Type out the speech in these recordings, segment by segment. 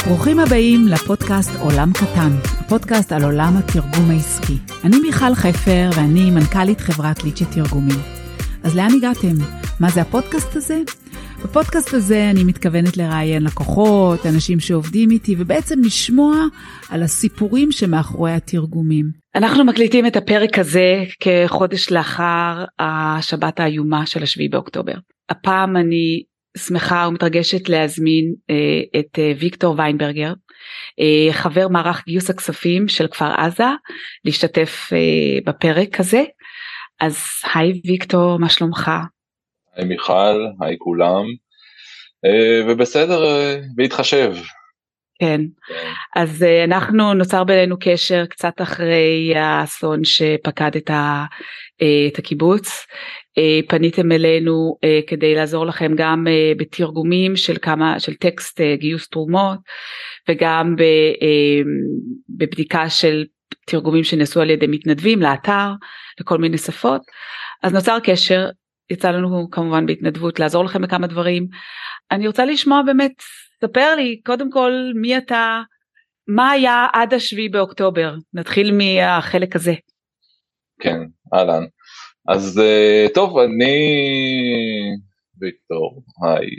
ברוכים הבאים לפודקאסט עולם קטן, הפודקאסט על עולם התרגום העסקי. אני מיכל חפר ואני מנכ"לית חברת ליצ'י תרגומים. אז לאן הגעתם? מה זה הפודקאסט הזה? בפודקאסט הזה אני מתכוונת לראיין לקוחות, אנשים שעובדים איתי, ובעצם לשמוע על הסיפורים שמאחורי התרגומים. אנחנו מקליטים את הפרק הזה כחודש לאחר השבת האיומה של 7 באוקטובר. הפעם אני שמחה ומתרגשת להזמין את ויקטור ויינברגר, חבר מערך גיוס הכספים של כפר עזה, להשתתף בפרק הזה. אז היי ויקטור, מה שלומך? היי מיכל, היי כולם, ובסדר, בהתחשב. כן, אז אנחנו נוצר בינינו קשר קצת אחרי האסון שפקד את הקיבוץ. פניתם אלינו כדי לעזור לכם גם בתרגומים של טקסט גיוס תרומות, וגם בבדיקה של תרגומים שנעשו על ידי מתנדבים לאתר, לכל מיני שפות. אז נוצר קשר, יצא לנו כמובן בהתנדבות לעזור לכם בכמה דברים. אני רוצה לשמוע באמת, ספר לי קודם כל מי אתה, מה היה עד 7 באוקטובר, נתחיל מהחלק הזה. כן, אהלן. אז טוב, אני ויקטור, היי,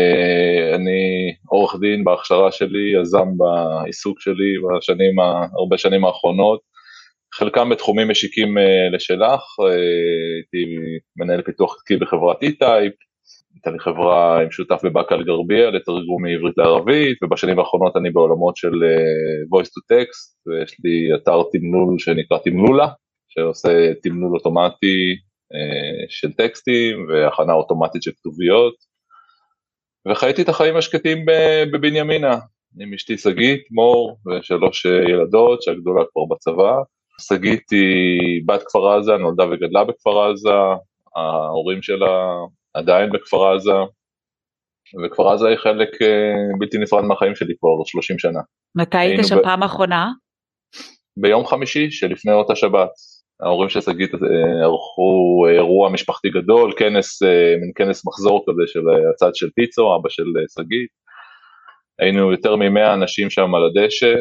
אני עורך דין בהכשרה שלי, יזם בעיסוק שלי הרבה שנים האחרונות, חלקם בתחומים משיקים לשלך, הייתי מנהל פיתוח עסקי בחברת E-Type, הייתה לי חברה עם שותף בבאקה אל-גרבייה לתרגום מעברית לערבית, ובשנים האחרונות אני בעולמות של voice to text, ויש לי אתר תמלול שנקרא תמלולה, שעושה תמלול אוטומטי של טקסטים והכנה אוטומטית של כתוביות, וחייתי את החיים השקטים בבנימינה, עם אשתי שגית, מור ו3 ילדות שהגדולה כבר בצבא. שגית היא בת כפר עזה, נולדה וגדלה בכפר עזה, ההורים שלה עדיין בכפר עזה, וכפר עזה היא חלק בלתי נפרד מהחיים שלי כבר 30 שנה. מתי היית שם פעם האחרונה? ביום חמישי שלפני אותה שבת. ההורים של שגית ערכו אירוע משפחתי גדול, מין כנס מחזור כזה של הצד של פיצו, אבא של שגית. היינו יותר מ100 אנשים שם על הדשא,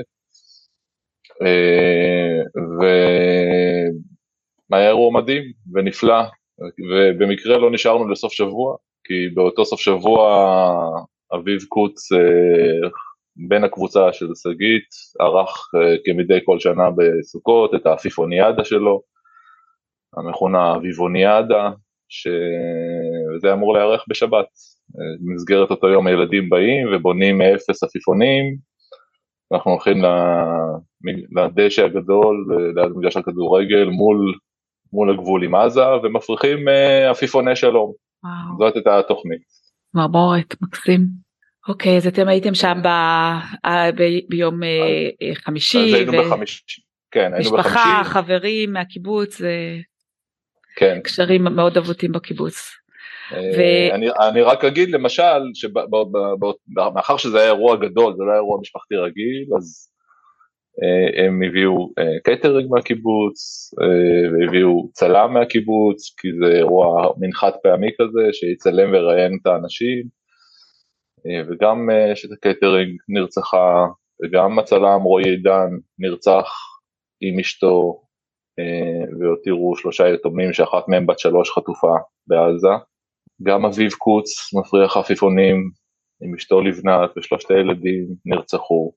והיה אירוע מדהים ונפלא, ובמקרה לא נשארנו לסוף שבוע, כי באותו סוף שבוע אביב קוץ, בין הקבוצה של שגית, ערך כמדי כל שנה בסוכות את האפיפוניאדה שלו, המכונה אביבוניאדה, שזה אמור להיערך בשבת. במסגרת אותו יום הילדים באים ובונים מאפס אפיפונים, אנחנו הולכים לדשא הגדול, ליד מגרש הכדורגל, מול הגבול עם עזה, ומפריחים אפיפוני שלום. זאת הייתה התוכנית. מרבורת, מקסים. אוקיי, אז אתם הייתם שם ביום חמישי. אז היינו בחמישי, כן, היינו בחמישי. משפחה, חברים מהקיבוץ, קשרים מאוד אבותים בקיבוץ. אני רק אגיד למשל, מאחר שזה היה אירוע גדול, זה לא היה אירוע משפחתי רגיל, אז הם הביאו קייטרינג מהקיבוץ, והביאו צלם מהקיבוץ, כי זה אירוע מין חד פעמי כזה, שיצלם וראיין את האנשים, וגם שאת הקייטרינג נרצחה, וגם הצלם רועי עידן נרצח עם אשתו, והותירו 3 יתומים, שאחת מהם בת 3 חטופה בעזה. גם אביב קוץ מפריח עפיפונים עם אשתו לבנת ו3 הילדים נרצחו.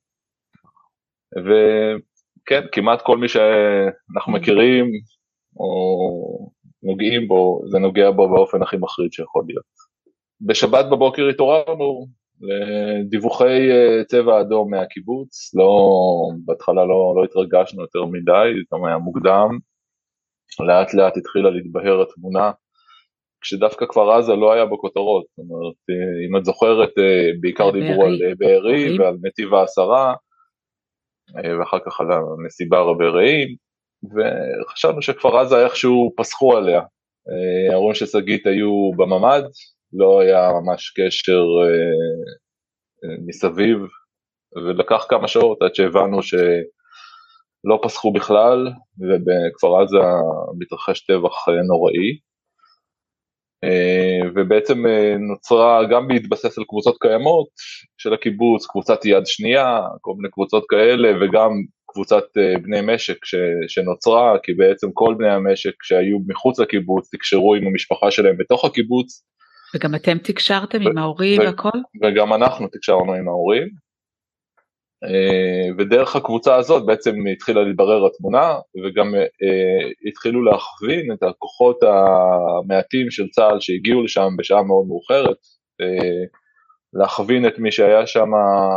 וכן, כמעט כל מי שאנחנו מכירים או נוגעים בו, זה נוגע בו באופן הכי מחריד שיכול להיות. בשבת בבוקר התעוררנו לדיווחי צבע אדום מהקיבוץ, בהתחלה לא התרגשנו יותר מדי, זה היה מוקדם, לאט לאט התחילה להתבהר התמונה, כשדווקא כפר עזה לא היה בכותרות, זאת אומרת, אם את זוכרת, בעיקר דיברו על בארי ועל נתיב העשרה, ואחר כך על המסיבה רבי-רעים, וחשבנו שכפר עזה איכשהו פסחו עליה. ההורים של שגית היו בממד, לא היה ממש קשר מסביב, ולקח כמה שעות עד שהבנו שלא פסחו בכלל, ובכפר עזה מתרחש טבח נוראי. ובעצם נוצרה גם בהתבסס על קבוצות קיימות של הקיבוץ, קבוצת יד שנייה, כל מיני קבוצות כאלה, וגם קבוצת בני משק שנוצרה, כי בעצם כל בני המשק שהיו מחוץ לקיבוץ תקשרו עם המשפחה שלהם בתוך הקיבוץ. וגם אתם תקשרתם עם ההורים והכל? וגם אנחנו תקשרנו עם ההורים, ודרך הקבוצה הזאת בעצם התחילה להתברר התמונה, וגם התחילו להכווין את הכוחות המעטים של צה"ל שהגיעו לשם בשעה מאוד מאוחרת, להכווין את מי שהיה שם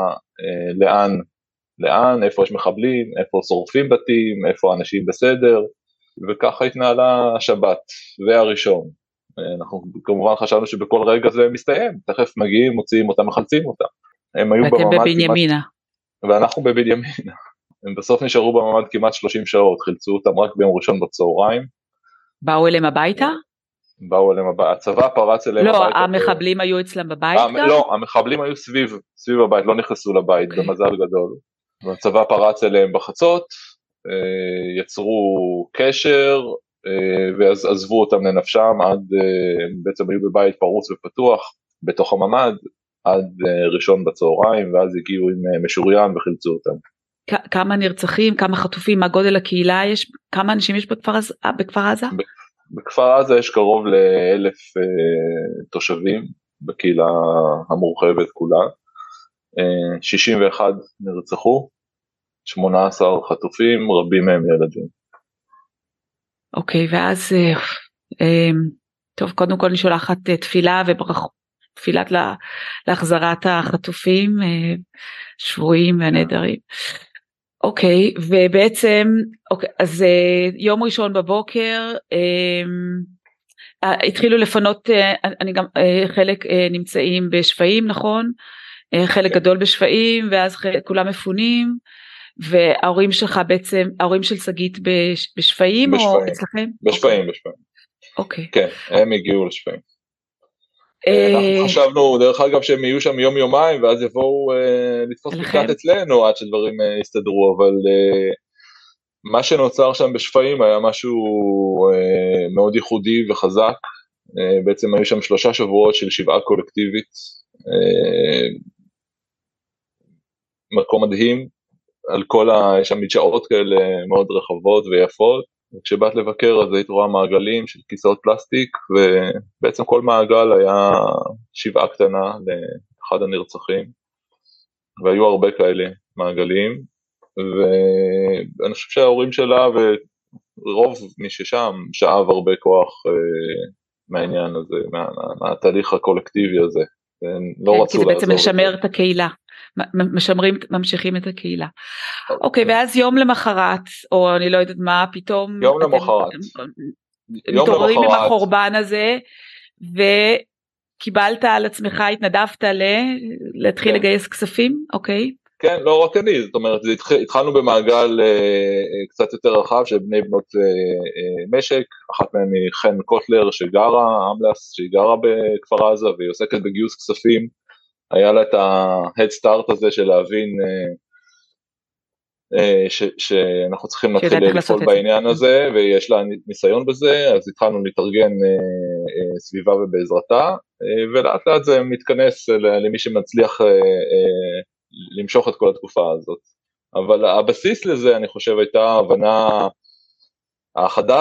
לאן, איפה יש מחבלים, איפה שורפים בתים, איפה אנשים בסדר, וככה התנהלה השבת והראשון. אנחנו כמובן חשבנו שבכל רגע זה מסתיים, תכף מגיעים, מוציאים אותם, מחלצים אותם. ואתם בבנימינה. ואנחנו בבנימינה. הם בסוף נשארו בממד כמעט 30 שעות, חילצו אותם רק ביום ראשון בצהריים. באו אליהם הביתה? באו אליהם הביתה, הצבא פרץ אליהם הביתה. לא, המחבלים היו אצלם בבית גם? לא, המחבלים היו סביב הבית, לא נכנסו לבית, במזל גדול. והצבא פרץ אליהם בחצות, יצרו קשר, ואז עזבו אותם לנפשם, בעצם היו בבית פרוץ ופתוח, בתוך הממד, עד ראשון בצהריים, ואז הגיעו עם משוריין וחילצו אותם. כמה נרצחים, כמה חטופים, מה גודל הקהילה יש, כמה אנשים יש בכפר עזה? בכפר עזה יש קרוב ל1,000 תושבים, בקהילה המורחבת כולה, 61 נרצחו, 18 חטופים, רבים מהם ילדים. אוקיי, ואז, טוב, קודם כל אני שולחת תפילה וברכות, תפילת להחזרת החטופים, שבויים והנדרים. אוקיי, ובעצם, אוקיי, אז יום ראשון בבוקר, התחילו לפנות, אני גם, חלק נמצאים בשפיים, נכון? חלק גדול בשפיים, ואז כולם מפונים, וההורים שלך בעצם, ההורים של שגית בשפיים או אצלכם? בשפיים. אוקיי. כן, הם הגיעו לשפיים. אנחנו חשבנו דרך אגב שהם יהיו שם יום-יומיים ואז יבואו לתפוס מקלט אצלנו עד שדברים יסתדרו, אבל מה שנוצר שם בשפיים היה משהו מאוד ייחודי וחזק. בעצם היו שם 3 שבועות של שבעה קולקטיבית, מקום מדהים, יש שם מדשאות כאלה מאוד רחבות ויפות. כשבאת לבקר אז היית רואה מעגלים של כיסאות פלסטיק, ובעצם כל מעגל היה שבעה קטנה לאחד הנרצחים, והיו הרבה כאלה מעגלים, ואני חושב שההורים שלה ורוב מי ששם שאב הרבה כוח מהעניין הזה, מהתהליך הקולקטיבי הזה, לא רצו לעזור. כי זה בעצם לשמר את הקהילה. ממשיכים את הקהילה. אוקיי, ואז יום למחרת, או אני לא יודעת מה, פתאום יום למחרת מתעוררים עם החורבן הזה, וקיבלת על עצמך, התנדבת להתחיל לגייס כספים, אוקיי? כן, לא רק אני, זאת אומרת, התחלנו במעגל קצת יותר רחב של בני בנות משק, אחת מהן היא חן קוטלר שגרה, אמלס שגרה בכפר עזה, והיא עוסקת בגיוס כספים, היה לה את ה-head start הזה של להבין שאנחנו צריכים להתחיל לפעול בעניין הזה, ויש לה ניסיון בזה, אז התחלנו להתארגן סביבה ובעזרתה, ולאט לאט זה מתכנס למי שמצליח למשוך את כל התקופה הזאת. אבל הבסיס לזה, אני חושב, הייתה ההבנה החדה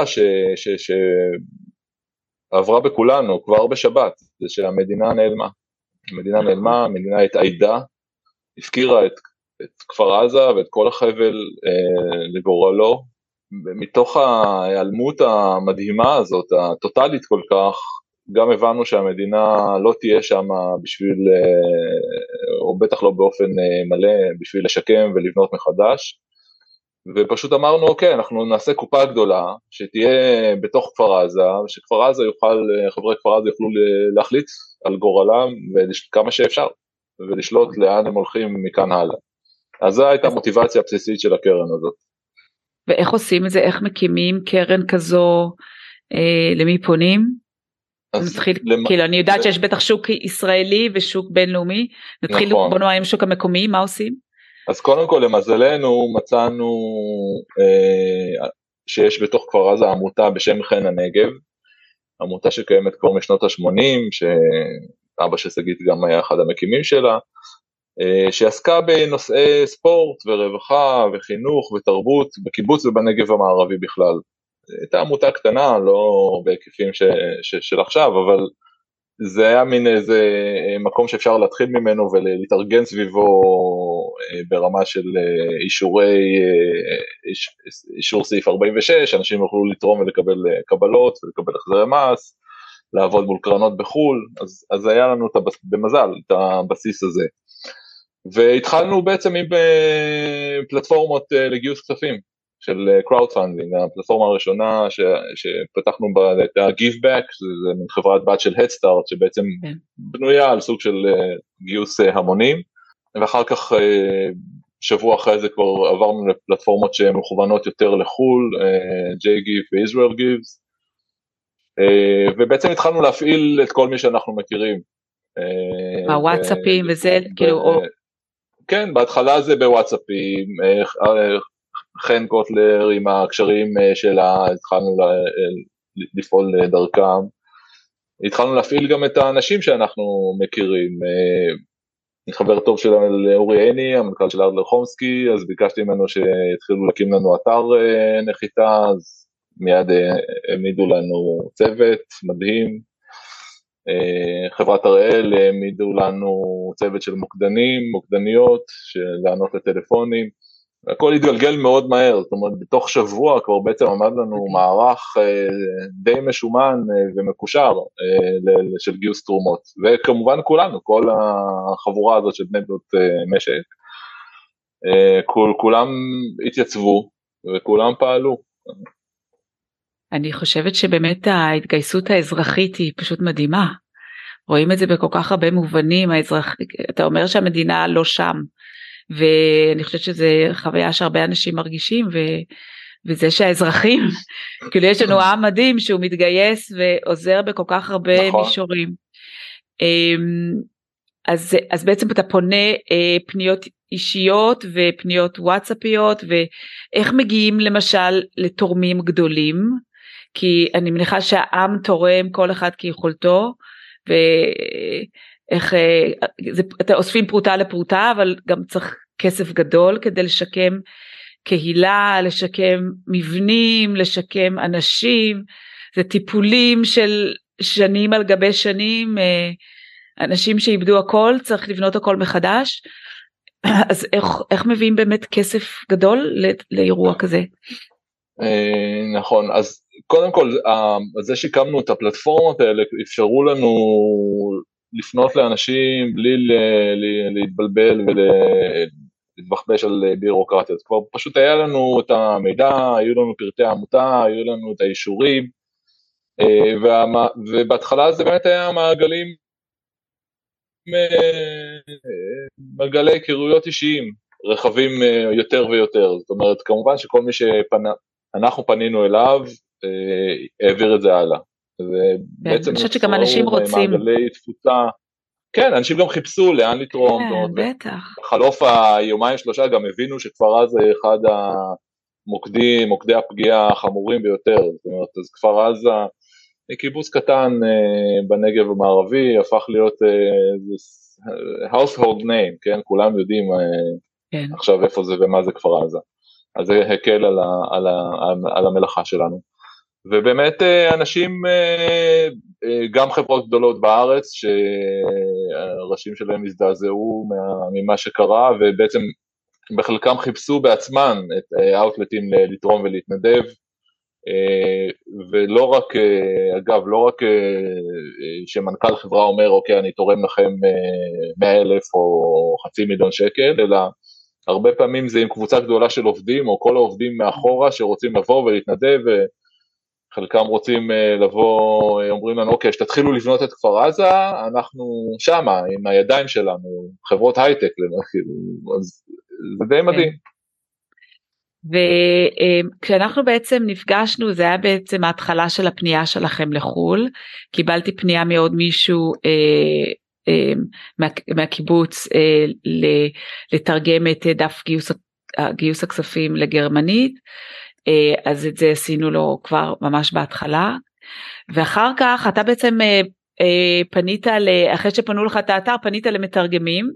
שעברה בכולנו, כבר בשבת, זה שהמדינה נעלמה. המדינה נעלמה, המדינה התאיידה, הפקירה את כפר עזה ואת כל החבל לגורלו, מתוך ההיעלמות המדהימה הזאת, הטוטלית כל כך, גם הבנו שהמדינה לא תהיה שם בשביל, או בטח לא באופן מלא, בשביל לשקם ולבנות מחדש, ופשוט אמרנו, אוקיי, אנחנו נעשה קופה גדולה, שתהיה בתוך כפר עזה, ושכפר עזה חברי כפר עזה יוכלו להחליט על גורלם, כמה שאפשר, ולשלוט לאן הם הולכים מכאן הלאה. אז זו הייתה המוטיבציה הבסיסית של הקרן הזאת. ואיך עושים את זה? איך מקימים קרן כזו? למי פונים? כאילו, אני יודעת שיש בטח שוק ישראלי ושוק בינלאומי, נתחיל בנו עם שוק המקומי, מה עושים? אז קודם כל, למזלנו, מצאנו שיש בתוך כפר עזה עמותה בשם חן הנגב, עמותה שקיימת כבר משנות ה-80, שאבא של שגית גם היה אחד המקימים שלה, שעסקה בנושאי ספורט ורווחה וחינוך ותרבות בקיבוץ ובנגב המערבי בכלל. הייתה עמותה קטנה, לא בהיקפים של עכשיו, אבל זה היה מין איזה מקום שאפשר להתחיל ממנו ולהתארגן סביבו ברמה של אישור סעיף 46, אנשים יוכלו לתרום ולקבל קבלות ולקבל החזרי מס, לעבוד מול קרנות בחול, אז היה לנו במזל את הבסיס הזה. והתחלנו בעצם עם פלטפורמות לגיוס כספים של crowdfunding, הפלטפורמה הראשונה שפתחנו בה את ה-Give Back, זה מן חברת בת של Head Start, שבעצם בנויה על סוג של גיוס המונים, ואחר כך שבוע אחרי זה כבר עברנו לפלטפורמות שהן מכוונות יותר לחול, J-Give ו-Israel Gives, ובעצם התחלנו להפעיל את כל מי שאנחנו מכירים. הוואטסאפים וזה כאילו... כן, בהתחלה זה בוואטסאפים, חן קוטלר עם הקשרים שלה, התחלנו לפעול דרכם, התחלנו להפעיל גם את האנשים שאנחנו מכירים, חבר טוב שלנו לאורי עיני, המנכ"ל של אדלר חומסקי, אז ביקשתי ממנו שהתחילו להקים לנו אתר נחיתה, אז מיד העמידו לנו צוות מדהים, חברת הראל העמידו לנו צוות של מוקדניות, לענות לטלפונים, הכל התגלגל מאוד מהר, זאת אומרת בתוך שבוע כבר בעצם עמד לנו מערך די משומן ומקושר של גיוס תרומות, וכמובן כולנו, כל החבורה הזאת של בני בנות משק, כולם התייצבו וכולם פעלו. אני חושבת שבאמת ההתגייסות האזרחית היא פשוט מדהימה, רואים את זה בכל כך הרבה מובנים, אתה אומר שהמדינה לא שם, ואני חושבת שזו חוויה שהרבה אנשים מרגישים, וזה שהאזרחים, כאילו יש לנו עם מדהים שהוא מתגייס ועוזר בכל כך הרבה מישורים. אז בעצם אתה פונה פניות אישיות ופניות וואטסאפיות, ואיך מגיעים למשל לתורמים גדולים, כי אני מניחה שהעם תורם כל אחד כיכולתו, ואיך, אתה אוספים פרוטה לפרוטה, אבל גם צריך כסף גדול כדי לשקם קהילה, לשקם מבנים, לשקם אנשים, זה טיפולים של שנים על גבי שנים, אנשים שאיבדו הכל, צריך לבנות הכל מחדש, אז איך מביאים באמת כסף גדול לאירוע כזה? נכון, אז קודם כל, זה שהקמנו את הפלטפורמות האלה, אפשרו לנו לפנות לאנשים בלי להתבלבל ולהתבחבש על בירוקרטיות, כבר פשוט היה לנו את המידע, היו לנו פרטי העמותה, היו לנו את האישורים, ובהתחלה זה באמת היה מעגלי היכרויות אישיים, רחבים יותר ויותר, זאת אומרת, כמובן שכל מי שאנחנו פנינו אליו, העביר את זה הלאה. אני חושבת שגם אנשים רוצים. מעגלי תפוצה, כן, אנשים גם חיפשו לאן לתרום. כן, בטח. בחלוף היומיים שלושה גם הבינו שכפר עזה אחד מוקדי הפגיעה החמורים ביותר, זאת אומרת, אז כפר עזה, קיבוץ קטן בנגב המערבי, הפך להיות household name, כן, כולם יודעים עכשיו איפה זה ומה זה כפר עזה, אז זה הקל על המלאכה שלנו, ובאמת אנשים, גם חברות גדולות בארץ, שהראשים שלהם הזדעזעו ממה שקרה, ובעצם בחלקם חיפשו בעצמם את האוטלטים לתרום ולהתנדב, ולא רק, אגב, לא רק שמנכ"ל חברה אומר, אוקיי, אני תורם לכם 100,000 או $500,000, אלא הרבה פעמים זה עם קבוצה גדולה של עובדים, או כל העובדים מאחורה שרוצים לבוא ולהתנדב, וחלקם רוצים לבוא, אומרים לנו, אוקיי, שתתחילו לבנות את כפר עזה, אנחנו שמה, עם הידיים שלנו, חברות הייטק, אז זה די מדהים. וכשאנחנו בעצם נפגשנו, זה היה בעצם ההתחלה של הפנייה שלכם לחול, קיבלתי פנייה מעוד מישהו מהקיבוץ לתרגם את דף גיוס הכספים לגרמנית, אז את זה עשינו לו כבר ממש בהתחלה, ואחר כך אתה בעצם פנית, אחרי שפנו לך את האתר, פנית למתרגמים,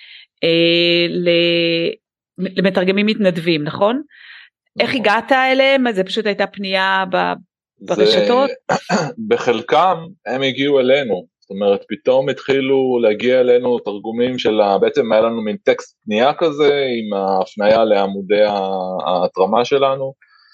למתרגמים מתנדבים, נכון? איך הגעת אליהם? זה פשוט הייתה פנייה ברשתות? בחלקם הם הגיעו אלינו, זאת אומרת פתאום התחילו להגיע אלינו תרגומים של, בעצם היה לנו מין טקסט פנייה כזה עם ההפניה לעמודי ההתרמה שלנו,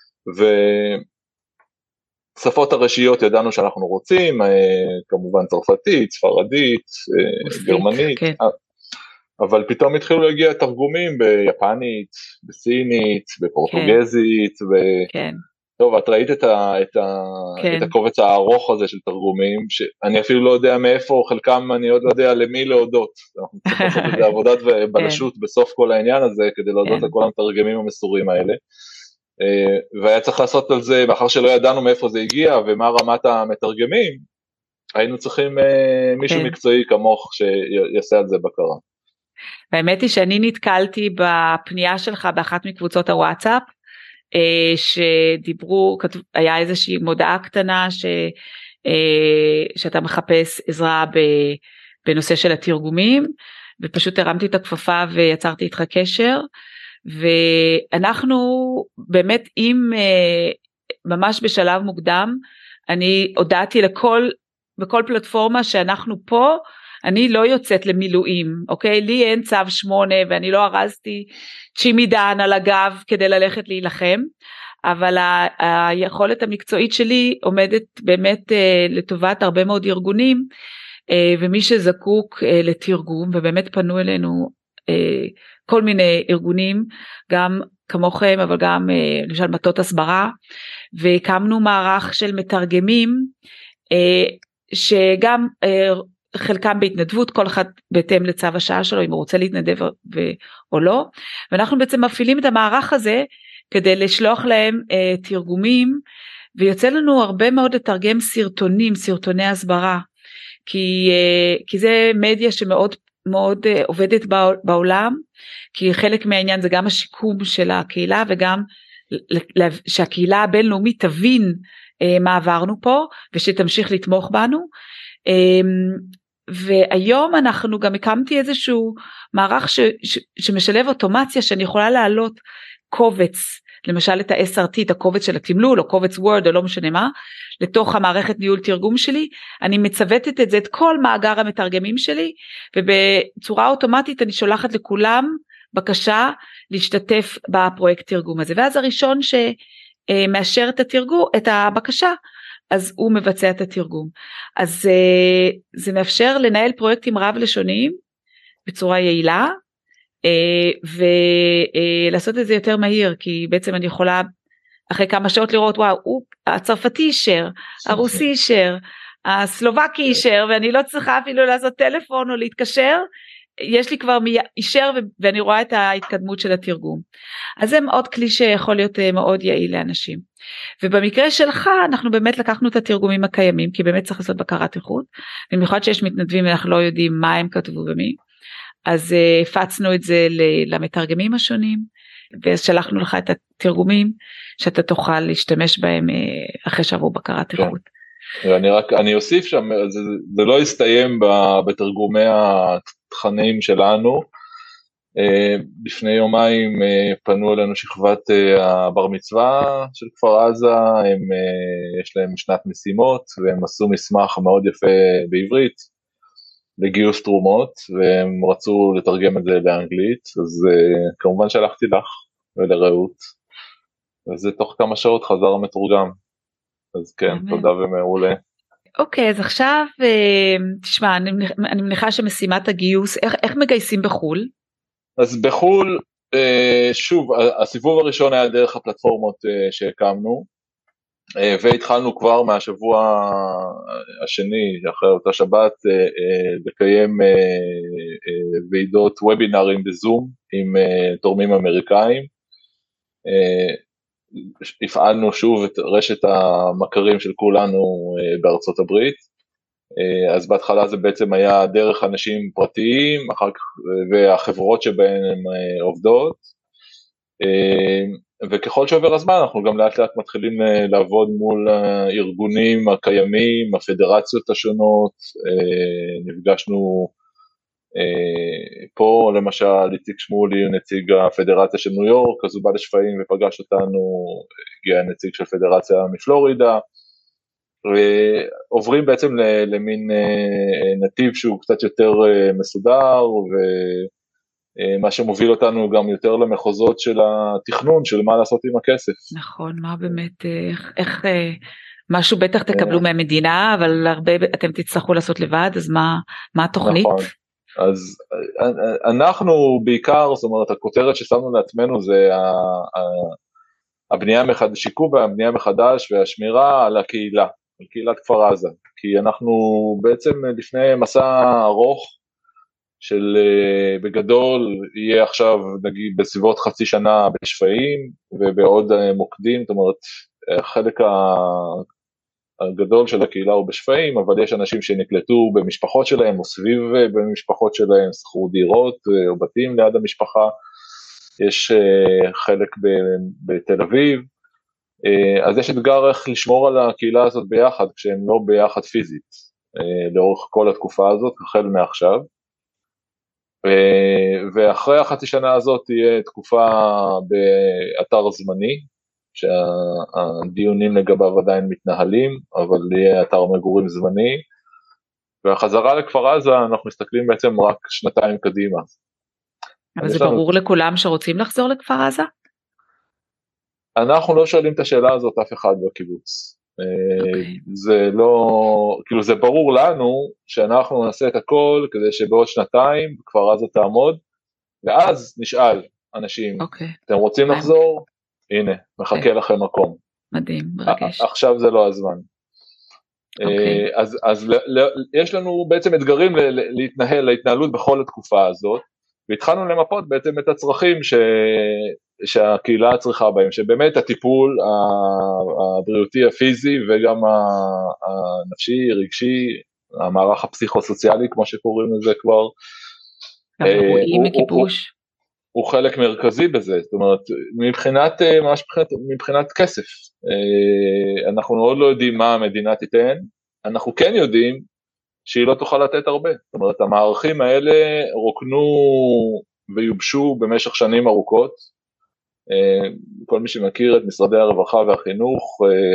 ושפות הראשיות ידענו שאנחנו רוצים, כמובן צרפתית, ספרדית, גרמנית, כן. אבל פתאום התחילו להגיע תרגומים ביפנית, בסינית, בפורטוגזית, כן. טוב, את ראית את הקובץ הארוך הזה של תרגומים, שאני אפילו לא יודע מאיפה, חלקם אני עוד לא יודע למי להודות, אנחנו צריכים לעשות את זה עבודת ובלשות בסוף כל העניין הזה, כדי להודות לכל המתרגמים המסורים האלה, והיה צריך לעשות על זה, מאחר שלא ידענו מאיפה זה הגיע, ומה רמת המתרגמים, היינו צריכים מישהו מקצועי כמוך שיעשה על זה בקרה. והאמת היא שאני נתקלתי בפנייה שלך באחת מקבוצות הוואטסאפ, שדיברו, היה איזושהי מודעה קטנה שאתה מחפש עזרה בנושא של התרגומים, ופשוט הרמתי את הכפפה ויצרתי איתך קשר, ואנחנו באמת ממש בשלב מוקדם, אני הודעתי בכל פלטפורמה שאנחנו פה, אני לא יוצאת למילואים, אוקיי? לי אין צו 8 ואני לא הרזתי צ'ימידן על הגב כדי ללכת להילחם, אבל היכולת המקצועית שלי עומדת באמת לטובת הרבה מאוד ארגונים, ומי שזקוק לתרגום, ובאמת פנו אלינו כל מיני ארגונים, גם כמוכם, אבל גם למשל מטות הסברה, והקמנו מערך של מתרגמים, שגם חלקם בהתנדבות, כל אחד בהתאם לצו השעה שלו, אם הוא רוצה להתנדב או לא, ואנחנו בעצם מפעילים את המערך הזה, כדי לשלוח להם תרגומים, ויוצא לנו הרבה מאוד לתרגם סרטוני הסברה, כי זה מדיה שמאוד מאוד עובדת בעולם, כי חלק מהעניין זה גם השיקום של הקהילה, וגם שהקהילה הבינלאומית תבין מה עברנו פה, ושתמשיך לתמוך בנו, והיום אנחנו גם הקמתי איזשהו מערך שמשלב אוטומציה, שאני יכולה להעלות קובץ, למשל את ה-SRT, את הקובץ של התמלול, או קובץ וורד, או לא משנה מה, לתוך המערכת ניהול תרגום שלי, אני מצוותת את זה, את כל מאגר המתרגמים שלי, ובצורה אוטומטית אני שולחת לכולם בקשה להשתתף בפרויקט תרגום הזה, ואז הראשון שמאשר את הבקשה, אז הוא מבצע את התרגום. אז זה מאפשר לנהל פרויקטים רב לשוניים, בצורה יעילה, ולעשות את זה יותר מהיר, כי בעצם אני יכולה אחרי כמה שעות לראות, וואו, הצרפתי אישר, הרוסי אישר, הסלובקי אישר, ואני לא צריכה אפילו לעשות טלפון או להתקשר, יש לי כבר אישר ואני רואה את ההתקדמות של התרגום. אז זה מאוד כלי שיכול להיות מאוד יעיל לאנשים. ובמקרה שלך אנחנו באמת לקחנו את התרגומים הקיימים, כי באמת צריך לעשות בקרת איכות, במיוחד שיש מתנדבים ואנחנו לא יודעים מה הם כתבו ומי, אז הפצנו את זה למתרגמים השונים, ושלחנו לך את התרגומים שאתה תוכל להשתמש בהם אחרי שעברו בקרת איכות. אני אוסיף שם, זה לא הסתיים בתרגומי התכנים שלנו, לפני יומיים פנו אלינו שכבת הבר מצווה של כפר עזה, יש להם שנת משימות, והם עשו מסמך מאוד יפה בעברית, לגיוס תרומות, והם רצו לתרגם את זה לאנגלית, אז כמובן שלחתי לך ולרעות, וזה תוך כמה שעות חזר המתורגם, אז כן, תודה ומעולה. אוקיי, אז עכשיו, תשמע, אני מניחה שמשימת הגיוס, איך מגייסים בחול? אז בחול, שוב, הסיבוב הראשון היה דרך הפלטפורמות שהקמנו, והתחלנו כבר מהשבוע השני, אחרי אותה שבת, לקיים ועידות וובינרים בזום עם תורמים אמריקאים, הפעלנו שוב את רשת המכרים של כולנו בארצות הברית, אז בהתחלה זה בעצם היה דרך אנשים פרטיים, אחר כך, והחברות שבהן הן עובדות, וככל שעובר הזמן אנחנו גם לאט לאט מתחילים לעבוד מול הארגונים הקיימים, הפדרציות השונות, נפגשנו פה למשל איציק שמולי, נציג הפדרציה של ניו יורק, אז הוא בא לשפיים ופגש אותנו, הגיע נציג של פדרציה מפלורידה, ועוברים בעצם למין נתיב שהוא קצת יותר מסודר, ומה שמוביל אותנו גם יותר למחוזות של התכנון, של מה לעשות עם הכסף. נכון, מה באמת, איך משהו בטח תקבלו מהמדינה, אבל הרבה אתם תצטרכו לעשות לבד, אז מה התוכנית? נכון. אז אנחנו בעיקר, זאת אומרת, הכותרת ששמנו לעצמנו זה שיקום והבנייה מחדש והשמירה על הקהילה, על קהילת כפר עזה, כי אנחנו בעצם לפני מסע ארוך של בגדול יהיה עכשיו נגיד בסביבות חצי שנה בשפיים ובעוד מוקדים, זאת אומרת החלק הגדול של הקהילה הוא בשפיים, אבל יש אנשים שנקלטו במשפחות שלהם או סביב במשפחות שלהם, שכרו דירות או בתים ליד המשפחה, יש חלק בתל אביב, אז יש אתגר איך לשמור על הקהילה הזאת ביחד, כשהם לא ביחד פיזית, לאורך כל התקופה הזאת, החל מעכשיו, ואחרי החצי שנה הזאת תהיה תקופה באתר זמני, שהדיונים לגביו עדיין מתנהלים, אבל יהיה אתר מגורים זמני, והחזרה לכפר עזה אנחנו מסתכלים בעצם רק שנתיים קדימה. אבל זה ברור לכולם שרוצים לחזור לכפר עזה? אנחנו לא שואלים את השאלה הזאת אף אחד בקיבוץ. זה לא, כאילו זה ברור לנו שאנחנו נעשה את הכל כדי שבעוד שנתיים כפר עזה תעמוד, ואז נשאל אנשים, אתם רוצים לחזור? הנה, מחכה לכם מקום. מדהים, מרגש. עכשיו זה לא הזמן. אז יש לנו בעצם אתגרים להתנהלות בכל התקופה הזאת, והתחלנו למפות בעצם את הצרכים שהקהילה צריכה בהם, שבאמת הטיפול הבריאותי הפיזי וגם הנפשי, רגשי, המערך הפסיכוסוציאלי כמו שקוראים לזה כבר, הוא חלק מרכזי בזה, זאת אומרת, מבחינת כסף, אנחנו עוד לא יודעים מה המדינה תיתן, אנחנו כן יודעים שהיא לא תוכל לתת הרבה, זאת אומרת, המערכים האלה רוקנו ויובשו במשך שנים ארוכות, כל מי שמכיר את משרדי הרווחה והחינוך,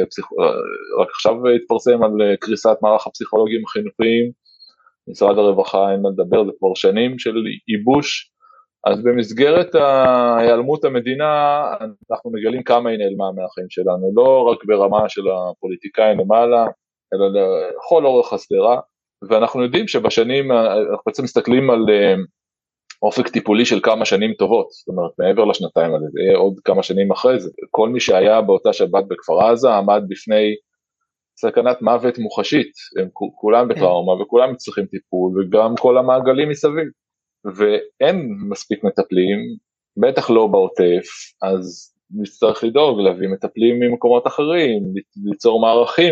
רק עכשיו התפרסם על קריסת מערך הפסיכולוגים החינוכיים, משרד הרווחה אין מה לדבר, זה כבר שנים של ייבוש, אז במסגרת ההיעלמות המדינה, אנחנו מגלים כמה היא נעלמה מהחיים שלנו, לא רק ברמה של הפוליטיקאים למעלה, אלא לכל אורך הסדרה, ואנחנו יודעים שבשנים, אנחנו בעצם מסתכלים על אופק טיפולי של כמה שנים טובות, זאת אומרת, מעבר לשנתיים האלה, זה יהיה עוד כמה שנים אחרי זה, כל מי שהיה באותה שבת בכפר עזה, עמד בפני סכנת מוות מוחשית, הם כולם בטראומה, וכולם צריכים טיפול, וגם כל המעגלים מסביב. ואין מספיק מטפלים, בטח לא בעוטף, אז נצטרך לדאוג להביא מטפלים ממקומות אחרים, ליצור מערכים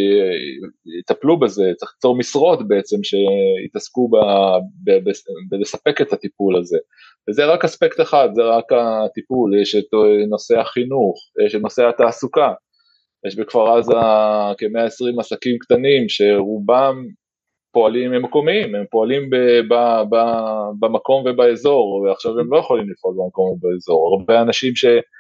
שיטפלו בזה, צריך ליצור משרות בעצם שיתעסקו בלספק את הטיפול הזה, וזה רק אספקט אחד, זה רק הטיפול, יש את נושא החינוך, יש את נושא התעסוקה, יש בכפר עזה כ-120 עסקים קטנים שרובם פועלים הם מקומיים, הם פועלים במקום ובאזור, ועכשיו הם לא יכולים לפעול במקום ובאזור, הרבה אנשים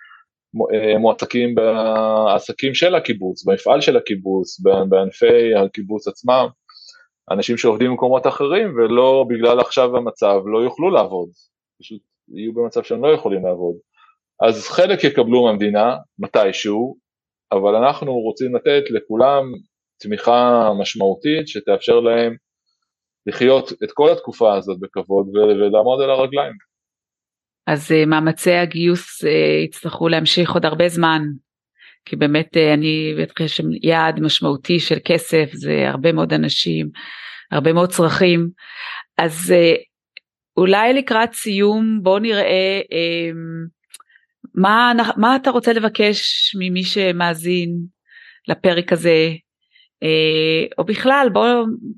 שמועסקים בעסקים של הקיבוץ, במפעל של הקיבוץ, בענפי הקיבוץ עצמם, אנשים שעובדים במקומות אחרים, ולא בגלל עכשיו המצב לא יוכלו לעבוד, פשוט יהיו במצב שהם לא יכולים לעבוד, אז חלק יקבלו מהמדינה מתישהו, אבל אנחנו רוצים לתת לכולם תמיכה משמעותית שתאפשר להם לחיות את כל התקופה הזאת בכבוד ולעמוד על הרגליים. אז מאמצי הגיוס יצטרכו להמשיך עוד הרבה זמן, כי באמת אני חושב שיעד משמעותי של כסף, זה הרבה מאוד אנשים, הרבה מאוד צרכים, אז אולי לקראת סיום בוא נראה מה אתה רוצה לבקש ממי שמאזין לפרק הזה, או בכלל,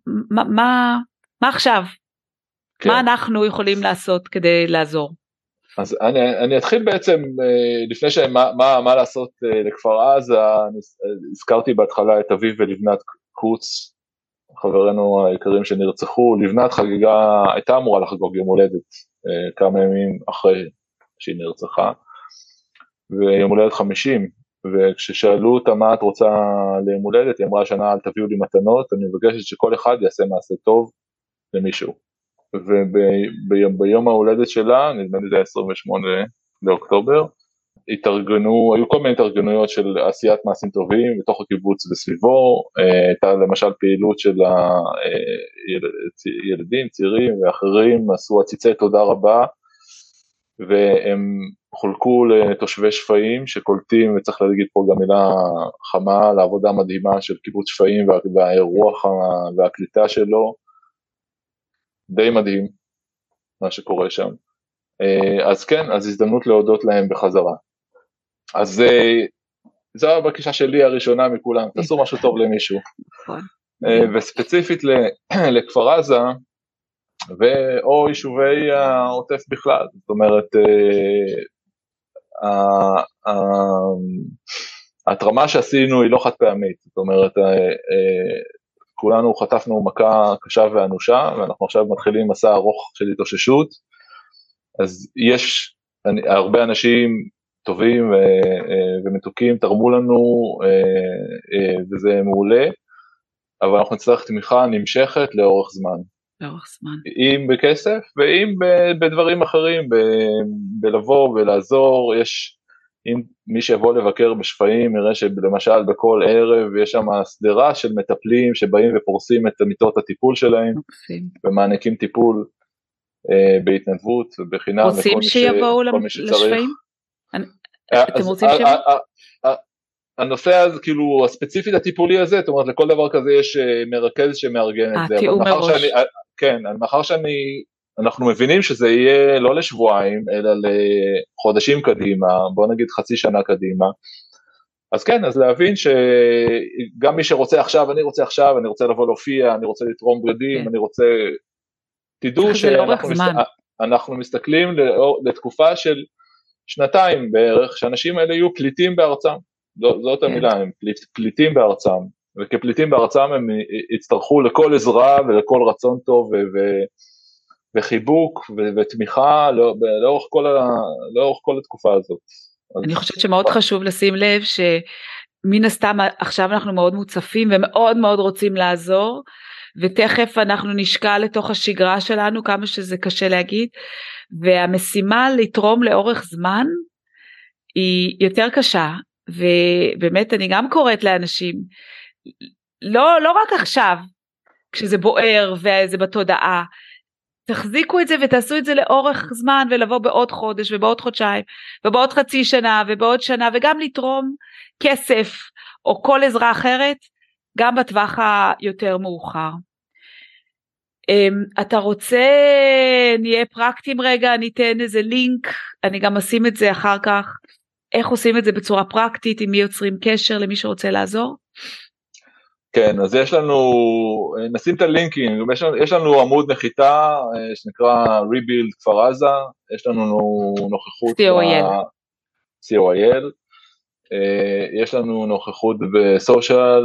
מה עכשיו? כן. מה אנחנו יכולים לעשות כדי לעזור? אז אני אתחיל בעצם, לפני מה לעשות לכפר עזה, הזכרתי בהתחלה את אביב ולבנת קוץ, חברינו היקרים שנרצחו. לבנת הייתה אמורה לחגוג יום הולדת כמה ימים אחרי שהיא נרצחה, ויום הולדת 50, וכששאלו אותה מה את רוצה ליום הולדת, היא אמרה השנה אל תביאו לי מתנות, אני מבקשת שכל אחד יעשה מעשה טוב למישהו. וביום ההולדת שלה, נדמה לי זה 28 לאוקטובר, היו כל מיני התארגנויות של עשיית מעשים טובים בתוך הקיבוץ וסביבו, הייתה למשל פעילות של ילדים, צעירים ואחרים, עשו עציצי תודה רבה, והם חולקו לתושבי שפיים שקולטים, וצריך להגיד פה גם מילה חמה לעבודה מדהימה של קיבוץ שפיים והאירוח והקליטה שלו, די מדהים מה שקורה שם. אז כן, אז הזדמנות להודות להם בחזרה. אז זו הבקשה שלי הראשונה מכולם, תעשו משהו טוב למישהו. וספציפית לכפר עזה, או יישובי העוטף בכלל, זאת אומרת, ההתרמה שעשינו היא לא חד פעמית, זאת אומרת, כולנו חטפנו מכה קשה ואנושה, ואנחנו עכשיו מתחילים מסע ארוך של התאוששות, אז יש הרבה אנשים טובים ומתוקים תרמו לנו, וזה מעולה, אבל אנחנו נצטרך תמיכה נמשכת לאורך זמן. אם בכסף, ואם בדברים אחרים, בלבוא ולעזור. אם מי שיבוא לבקר בשפיים, יראה שלמשל בכל ערב יש שם סדרה של מטפלים שבאים ופורסים את מיטות הטיפול שלהם, ומעניקים טיפול בהתנדבות ובחינם. רוצים שיבואו לשפיים? אתם רוצים שיבואו? הנושא הזה, כאילו הספציפית הטיפולי הזה, זאת אומרת לכל דבר כזה יש מרכז שמארגן את זה. תיאום מראש. כן, מאחר אנחנו מבינים שזה יהיה לא לשבועיים, אלא לחודשים קדימה, בוא נגיד חצי שנה קדימה, אז כן, אז להבין שגם מי שרוצה עכשיו, אני רוצה לבוא להופיע, אני רוצה לתרום בגדים, אני רוצה, תדעו שאנחנו מסתכלים לתקופה של שנתיים בערך, שאנשים האלה יהיו פליטים בארצם, זאת המילה, הם פליטים בארצם, וכפליטים בארצם הם יצטרכו לכל עזרה ולכל רצון טוב וחיבוק ותמיכה לאורך כל התקופה הזאת. אני חושבת שמאוד חשוב לשים לב שמן הסתם עכשיו אנחנו מאוד מוצפים ומאוד מאוד רוצים לעזור, ותכף אנחנו נשקע לתוך השגרה שלנו, כמה שזה קשה להגיד, והמשימה לתרום לאורך זמן היא יותר קשה, ובאמת אני גם קוראת לאנשים, לא רק עכשיו, כשזה בוער וזה בתודעה, תחזיקו את זה ותעשו את זה לאורך זמן, ולבוא בעוד חודש ובעוד חודשיים, ובעוד חצי שנה ובעוד שנה, וגם לתרום כסף או כל עזרה אחרת, גם בטווח היותר מאוחר. אתה רוצה, נהיה פרקטיים רגע, ניתן איזה לינק, אני גם אשים את זה אחר כך, איך עושים את זה בצורה פרקטית, עם מי יוצרים קשר למי שרוצה לעזור? כן, אז נשים את הלינקים, יש לנו עמוד נחיתה שנקרא Rebuild כפר עזה, יש לנו נוכחות COIL, יש לנו נוכחות בסושיאל,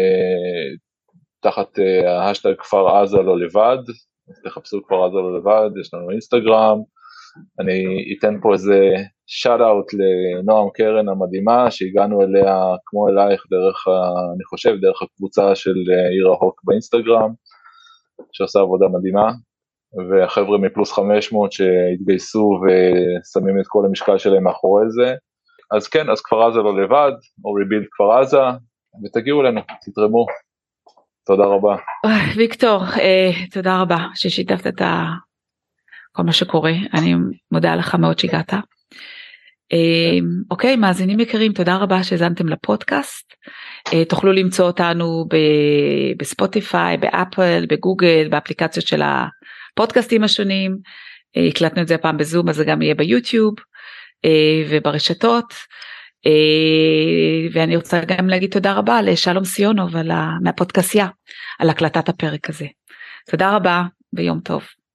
תחת ההשטג כפר עזה לא לבד, תחפשו כפר עזה לא לבד, יש לנו אינסטגרם, אני אתן פה איזה שאט אאוט לנועם קרן המדהימה, שהגענו אליה כמו אלייך אני חושב דרך הקבוצה של עיר ההוק באינסטגרם, שעושה עבודה מדהימה, והחבר'ה מפלוס 500 שהתגייסו ושמים את כל המשקל שלהם מאחורי זה. אז כן, אז כפר עזה לא לבד, או ריבילד כפר עזה, ותגיעו אלינו, תתרמו. תודה רבה. ויקטור, תודה רבה ששיתפת את כל מה שקורה, אני מודה לך מאוד שהגעת. אוקיי, מאזינים יקרים, תודה רבה שהזנתם לפודקאסט, תוכלו למצוא אותנו בספוטיפיי, באפל, בגוגל, באפליקציות של הפודקאסטים השונים, הקלטנו את זה הפעם בזום, אז זה גם יהיה ביוטיוב וברשתות, ואני רוצה גם להגיד תודה רבה לשלום סיונוב מהפודקאסיה, על הקלטת הפרק הזה. תודה רבה ויום טוב.